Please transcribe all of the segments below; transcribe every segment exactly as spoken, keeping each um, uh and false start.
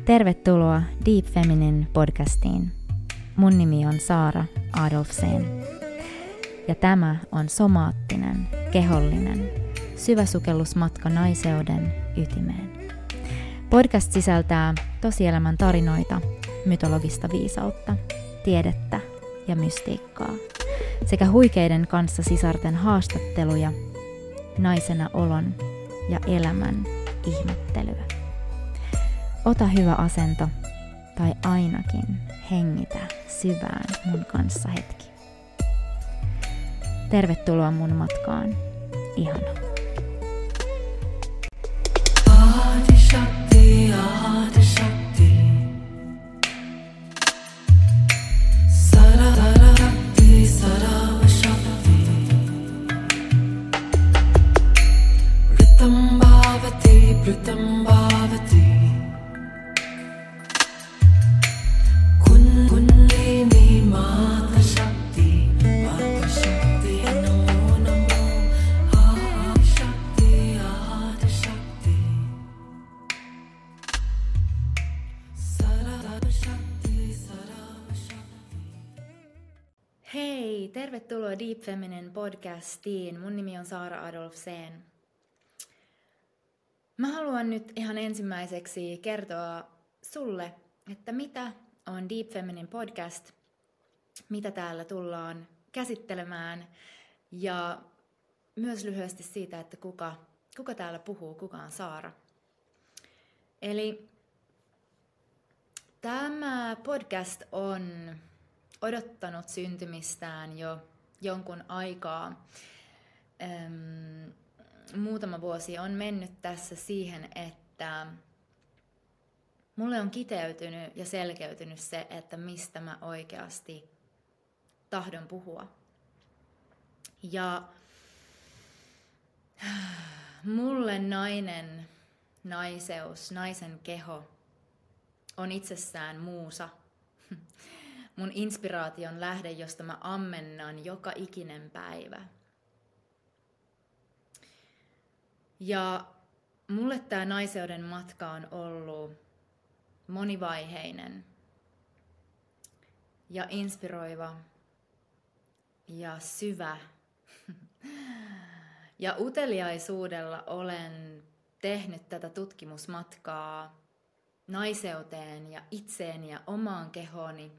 Tervetuloa Deep Feminine podcastiin. Mun nimi on Saara Adolfsen ja tämä on somaattinen, kehollinen, syväsukellusmatka naiseuden ytimeen. Podcast sisältää tosielämän tarinoita, mytologista viisautta, tiedettä ja mystiikkaa sekä huikeiden kanssa sisarten haastatteluja, naisena olon ja elämän ihmettelyä. Ota hyvä asento tai ainakin hengitä syvään mun kanssa hetki. Tervetuloa mun matkaan. Ihana. Adi Shakti, Adi Shakti. Sara Sara Shakti, Sara Shakti. Ritam Bhavati, Pritam Bhavati. Kun Kundalini Mata Shakti, Mata Shakti, Namo Namo. Adi Shakti, Adi Shakti. Sara Shakti, Sara Shakti. Hei, tervetuloa Deep Feminine podcastiin. Mun nimi on Saara Adolfsen. Mä haluan nyt ihan ensimmäiseksi kertoa sulle, että mitä on Deep Feminine podcast, mitä täällä tullaan käsittelemään ja myös lyhyesti siitä, että kuka, kuka täällä puhuu, kuka on Saara. Eli tämä podcast on odottanut syntymistään jo jonkun aikaa. Öm, muutama vuosi on mennyt tässä siihen, että mulle on kiteytynyt ja selkeytynyt se, että mistä mä oikeasti tahdon puhua. Ja mulle nainen, naiseus, naisen keho on itsessään muusa. Mun inspiraation lähde, josta mä ammennan joka ikinen päivä. Ja mulle tää naiseuden matka on ollut monivaiheinen ja inspiroiva ja syvä. Ja uteliaisuudella olen tehnyt tätä tutkimusmatkaa naiseuteen ja itseeni ja omaan kehooni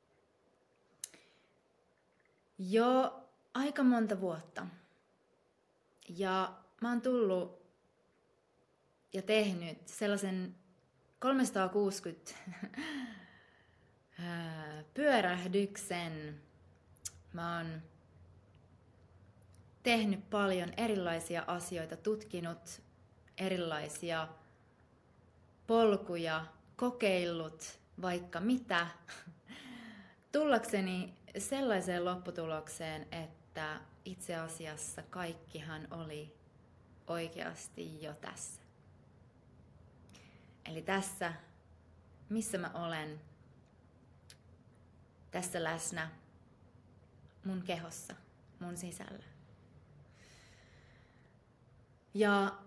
jo aika monta vuotta. Ja mä oon tullut ja tehnyt sellaisen kolmesataakuusikymmentä pyörähdyksen. Mä oon tehnyt paljon erilaisia asioita, tutkinut erilaisia polkuja, kokeillut vaikka mitä, tullakseni sellaiseen lopputulokseen, että itse asiassa kaikkihan oli oikeasti jo tässä. Eli tässä, missä mä olen, tässä läsnä mun kehossa, mun sisällä. Ja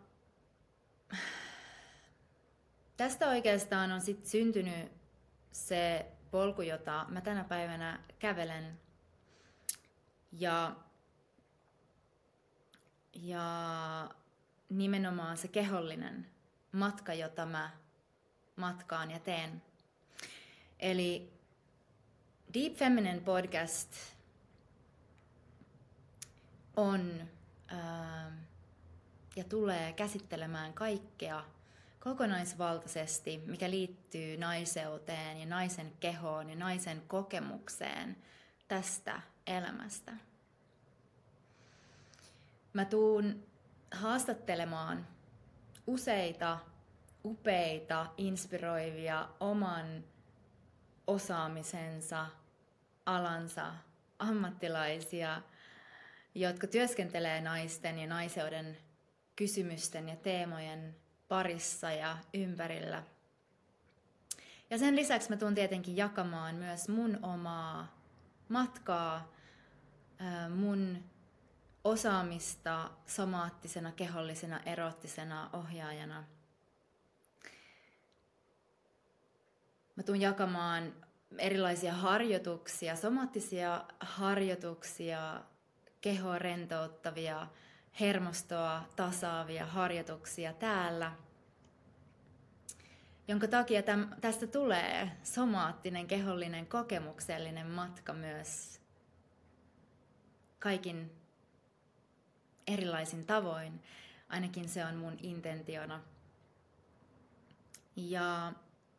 tästä oikeastaan on sitten syntynyt se polku, jota mä tänä päivänä kävelen. Ja, ja nimenomaan se kehollinen matka, jota mä matkaan ja teen. Eli Deep Feminine podcast on ää, ja tulee käsittelemään kaikkea kokonaisvaltaisesti, mikä liittyy naiseuteen ja naisen kehoon ja naisen kokemukseen tästä elämästä. Mä tuun haastattelemaan useita upeita, inspiroivia, oman osaamisensa, alansa ammattilaisia, jotka työskentelee naisten ja naiseuden kysymysten ja teemojen parissa ja ympärillä. Ja sen lisäksi mä tuun tietenkin jakamaan myös mun omaa matkaa, mun osaamista somaattisena, kehollisena, eroottisena ohjaajana. Mä tuun jakamaan erilaisia harjoituksia, somaattisia harjoituksia, kehoa rentouttavia, hermostoa tasaavia harjoituksia täällä, jonka takia täm, tästä tulee somaattinen, kehollinen, kokemuksellinen matka myös kaikin erilaisin tavoin. Ainakin se on mun intentiona. Ja,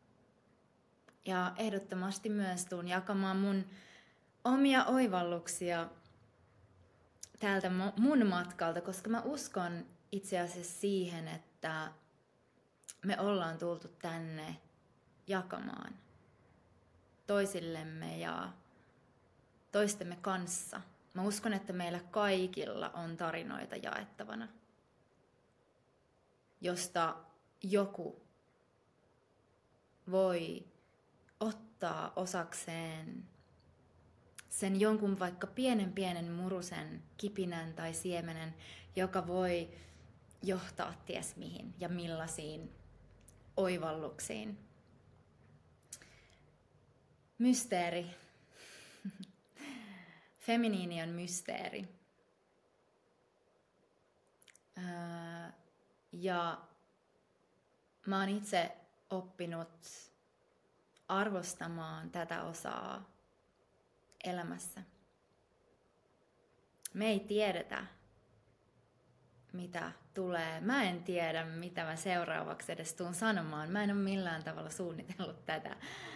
ja ehdottomasti myös tuun jakamaan mun omia oivalluksia täältä mun matkalta, koska mä uskon itse asiassa siihen, että me ollaan tultu tänne jakamaan toisillemme ja toistemme kanssa. Mä uskon, että meillä kaikilla on tarinoita jaettavana, josta joku voi ottaa osakseen sen jonkun vaikka pienen pienen murusen, kipinän tai siemenen, joka voi johtaa ties mihin ja millaisiin oivalluksiin. Mysteeri. Feminiini on mysteeri. Ää, ja mä oon itse oppinut arvostamaan tätä osaa elämässä. Me ei tiedetä, mitä tulee. Mä en tiedä, mitä mä seuraavaksi edes tuun sanomaan. Mä en ole millään tavalla suunnitellut tätä.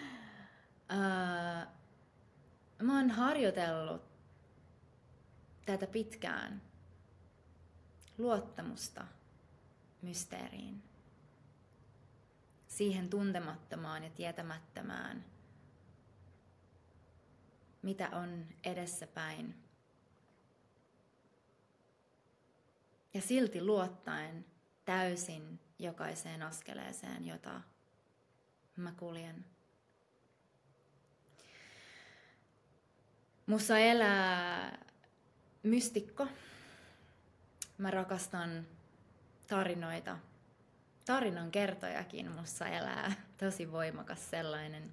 Ää, mä oon harjoitellut tätä pitkään. Luottamusta mysteeriin. Siihen tuntemattomaan ja tietämättömään, mitä on edessäpäin. Ja silti luottaen täysin jokaiseen askeleeseen, jota mä kuljen. Mussa elää mystikko. Mä rakastan tarinoita. Tarinan kertojakin mussa elää. Tosi voimakas sellainen.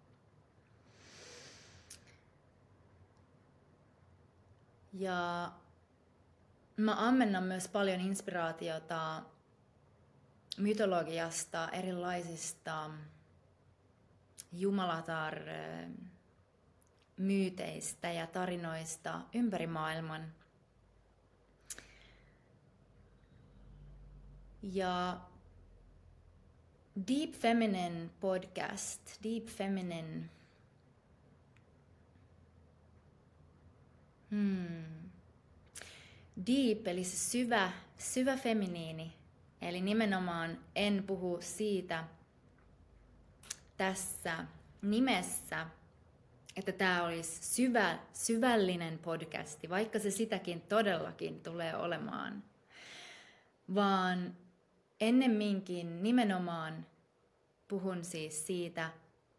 Ja mä ammennan myös paljon inspiraatiota mytologiasta, erilaisista jumalatar myyteistä ja tarinoista ympäri maailman. Ja Deep Feminine podcast, Deep Feminine, hmm. Deep eli se syvä, syvä feminiini, eli nimenomaan en puhu siitä tässä nimessä, että tämä olisi syvä, syvällinen podcasti, vaikka se sitäkin todellakin tulee olemaan, vaan ennemminkin nimenomaan puhun siis siitä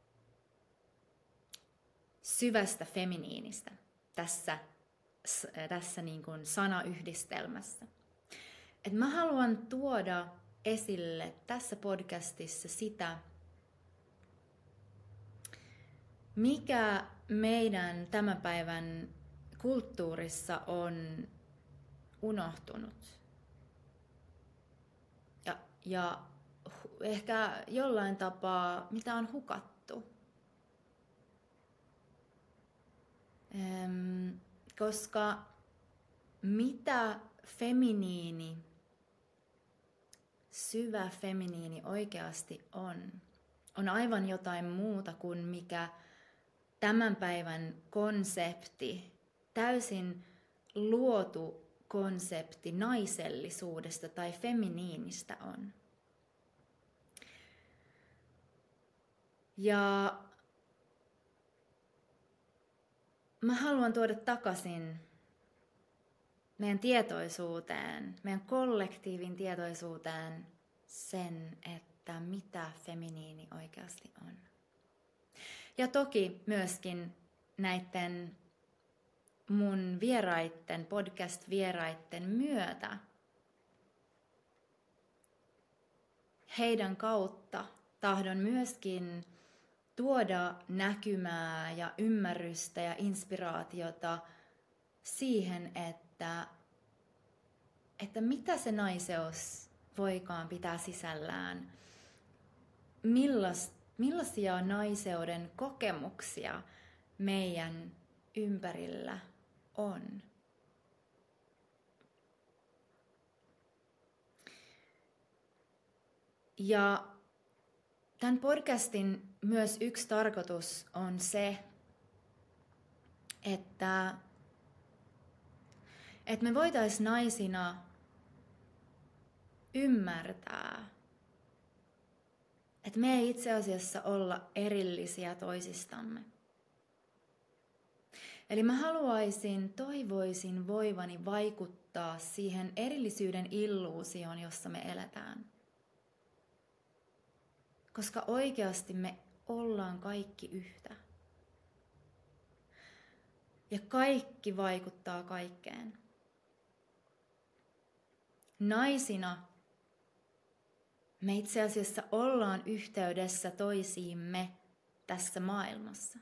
syvästä feminiinistä tässä, tässä niin kuin sanayhdistelmässä. Et mä haluan tuoda esille tässä podcastissa sitä, mikä meidän tämän päivän kulttuurissa on unohtunut. Ja, ja ehkä jollain tapaa, mitä on hukattu. Ehm, koska mitä feminiini, syvä feminiini oikeasti on, on aivan jotain muuta kuin mikä tämän päivän konsepti, täysin luotu konsepti naisellisuudesta tai feminiinistä on. Ja mä haluan tuoda takaisin meidän tietoisuuteen, meidän kollektiivin tietoisuuteen sen, että mitä feminiini oikeasti on. Ja toki myöskin näiden mun vieraitten, podcast-vieraitten myötä, heidän kautta tahdon myöskin tuoda näkymää ja ymmärrystä ja inspiraatiota siihen, että, että mitä se naiseus voikaan pitää sisällään, millas, millaisia naiseuden kokemuksia meidän ympärillä on. Ja tämän podcastin myös yksi tarkoitus on se, että, että me voitaisiin naisina ymmärtää, että me ei itse asiassa olla erillisiä toisistamme. Eli mä haluaisin, toivoisin voivani vaikuttaa siihen erillisyyden illuusioon, jossa me eletään. Koska oikeasti me ollaan kaikki yhtä. Ja kaikki vaikuttaa kaikkeen. Naisina me itse asiassa ollaan yhteydessä toisiimme tässä maailmassa.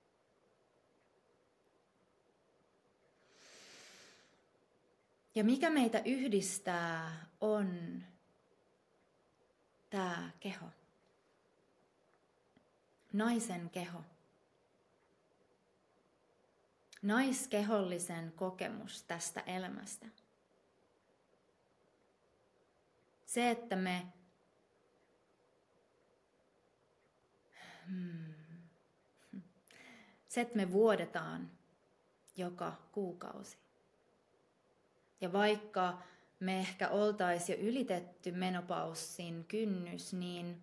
Ja mikä meitä yhdistää on tämä keho. Naisen keho. Naiskehollisen kokemus tästä elämästä. Se, että me hmm, se, että me vuodetaan joka kuukausi. Ja vaikka me ehkä oltaisiin jo ylitetty menopaussin kynnys, niin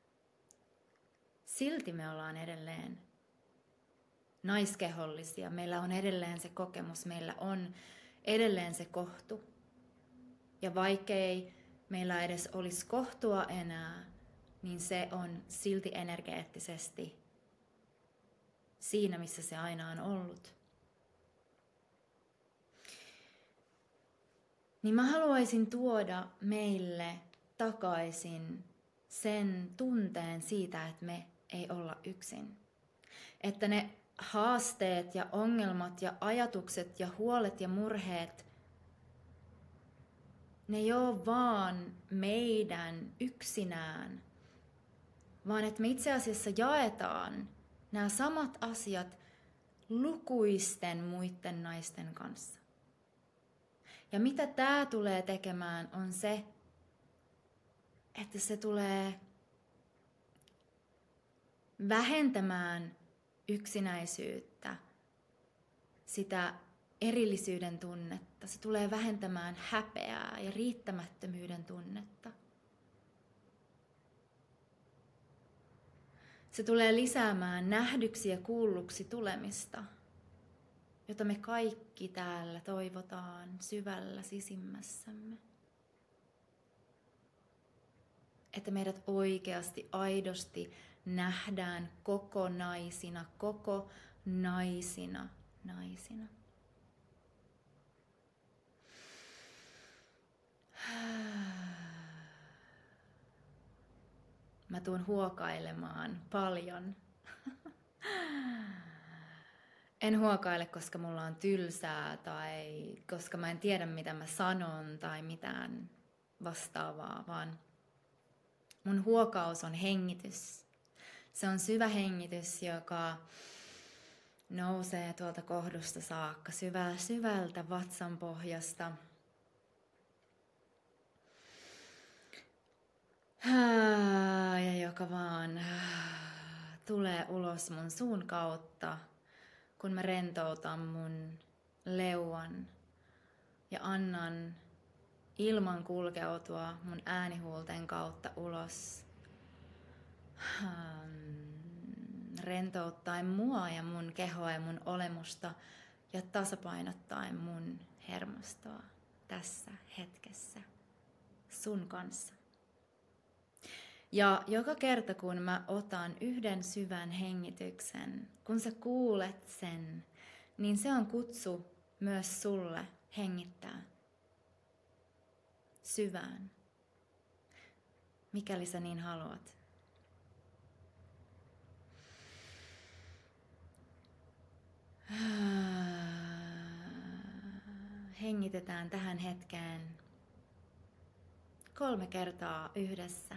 silti me ollaan edelleen naiskehollisia. Meillä on edelleen se kokemus, meillä on edelleen se kohtu. Ja vaikkei meillä edes olisi kohtua enää, niin se on silti energeettisesti siinä, missä se aina on ollut. Niin mä haluaisin tuoda meille takaisin sen tunteen siitä, että me ei olla yksin. Että ne haasteet ja ongelmat ja ajatukset ja huolet ja murheet, ne ei ole vaan meidän yksinään, vaan että me itse asiassa jaetaan nämä samat asiat lukuisten muiden naisten kanssa. Ja mitä tämä tulee tekemään on se, että se tulee vähentämään yksinäisyyttä, sitä erillisyyden tunnetta. Se tulee vähentämään häpeää ja riittämättömyyden tunnetta. Se tulee lisäämään nähdyksi ja kuulluksi tulemista, jota me kaikki täällä toivotaan syvällä sisimmässämme. Että meidät oikeasti, aidosti nähdään kokonaisina, koko naisina, naisina. Mä tuun huokailemaan paljon. En huokaile, koska mulla on tylsää tai koska mä en tiedä, mitä mä sanon tai mitään vastaavaa, vaan mun huokaus on hengitys. Se on syvä hengitys, joka nousee tuolta kohdusta saakka, syvä, syvältä vatsan pohjasta. Ja joka vaan tulee ulos mun suun kautta, kun mä rentoutan mun leuan ja annan ilman kulkeutua mun äänihuulten kautta ulos. Rentouttaen mua ja mun kehoa ja mun olemusta ja tasapainottaen mun hermostoa tässä hetkessä sun kanssa. Ja joka kerta kun mä otan yhden syvän hengityksen, kun sä kuulet sen, niin se on kutsu myös sulle hengittää syvään, mikäli sä niin haluat. hengitetään tähän hetkeen kolme kertaa yhdessä.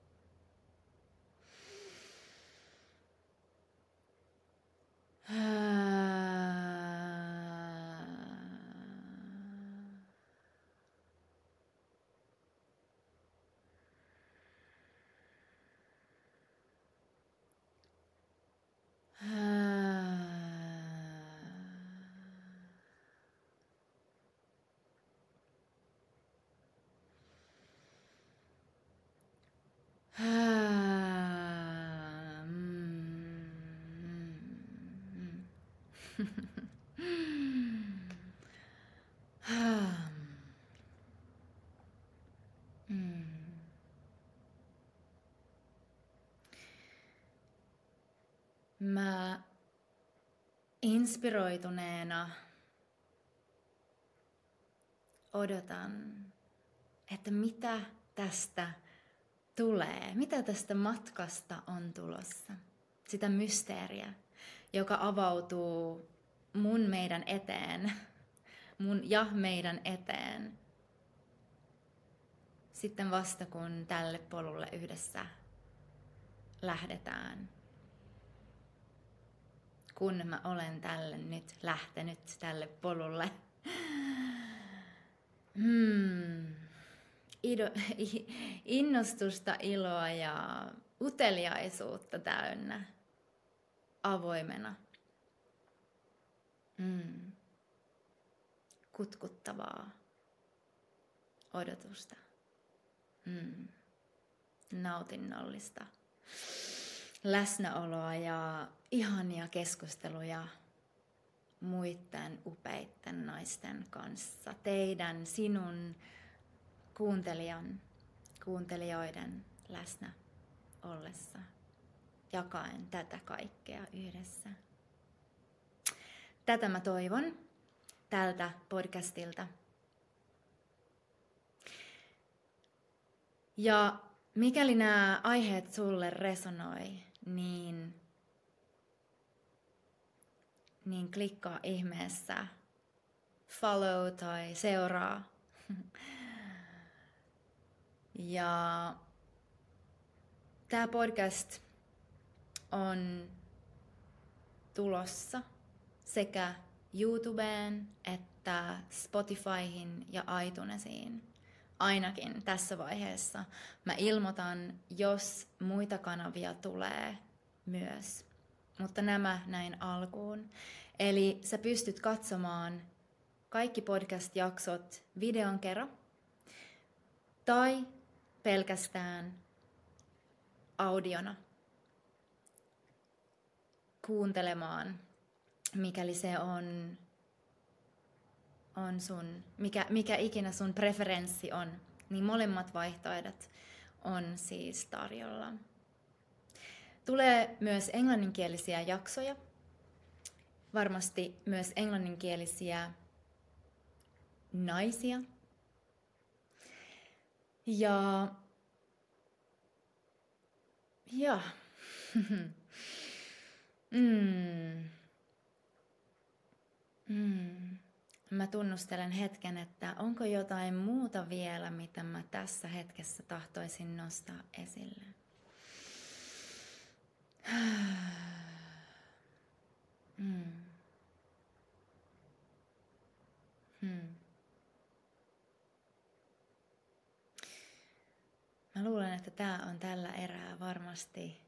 Mä inspiroituneena odotan, että mitä tästä tulee, mitä tästä matkasta on tulossa. Sitä mysteeriä, joka avautuu mun meidän eteen, mun ja meidän eteen. Sitten vasta kun tälle polulle yhdessä lähdetään. Kun mä olen tälle nyt lähtenyt tälle polulle. Hmm. Ido, innostusta, iloa ja uteliaisuutta täynnä. Avoimena. Hmm. Kutkuttavaa odotusta. Hmm. Nautinnollista läsnäoloa ja ihania keskusteluja muiden upeitten naisten kanssa. Teidän, sinun, kuuntelijan, kuuntelijoiden läsnä ollessa. Jakaen tätä kaikkea yhdessä. Tätä mä toivon tältä podcastilta. Ja mikäli nämä aiheet sulle resonoi, niin, niin klikkaa ihmeessä follow tai seuraa. Ja tämä podcast on tulossa sekä YouTubeen että Spotifyhin ja iTunesiin. Ainakin tässä vaiheessa mä ilmoitan, jos muita kanavia tulee myös. Mutta nämä näin alkuun. Eli sä pystyt katsomaan kaikki podcast-jaksot videon kerran tai pelkästään audiona kuuntelemaan, mikäli se on, on sun, mikä, mikä ikinä sun preferenssi on, niin molemmat vaihtoehdot on siis tarjolla. Tulee myös englanninkielisiä jaksoja, varmasti myös englanninkielisiä naisia. Ja, ja. mm. Mm. Mä tunnustelen hetken, että onko jotain muuta vielä, mitä mä tässä hetkessä tahtoisin nostaa esille. mm. Hmm. Mä luulen, että tää on tällä erää varmasti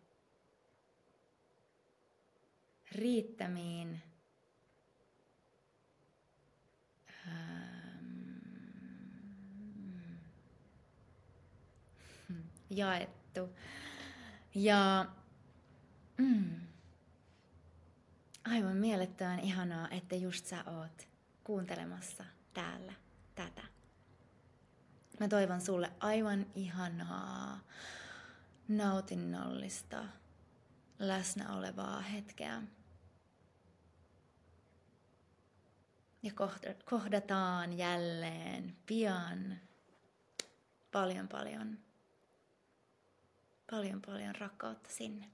riittämiin jaettu. Ja mm, aivan mielettömän ihanaa, että just sä oot kuuntelemassa täällä tätä. Mä toivon sulle aivan ihanaa, nautinnollista, läsnä olevaa hetkeä. Ja kohdataan jälleen pian paljon paljon, paljon paljon rakkautta sinne.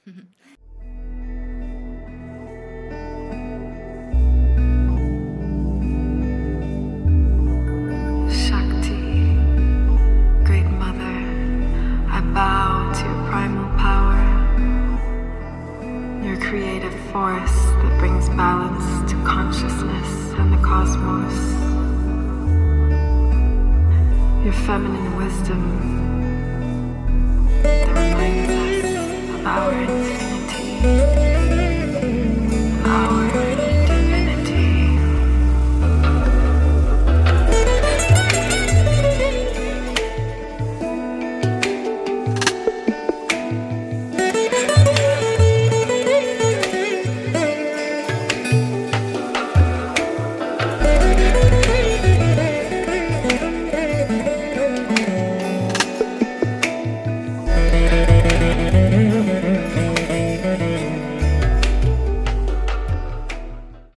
Mwah. bow to your primal power, your creative force that brings balance to consciousness and the cosmos, your feminine wisdom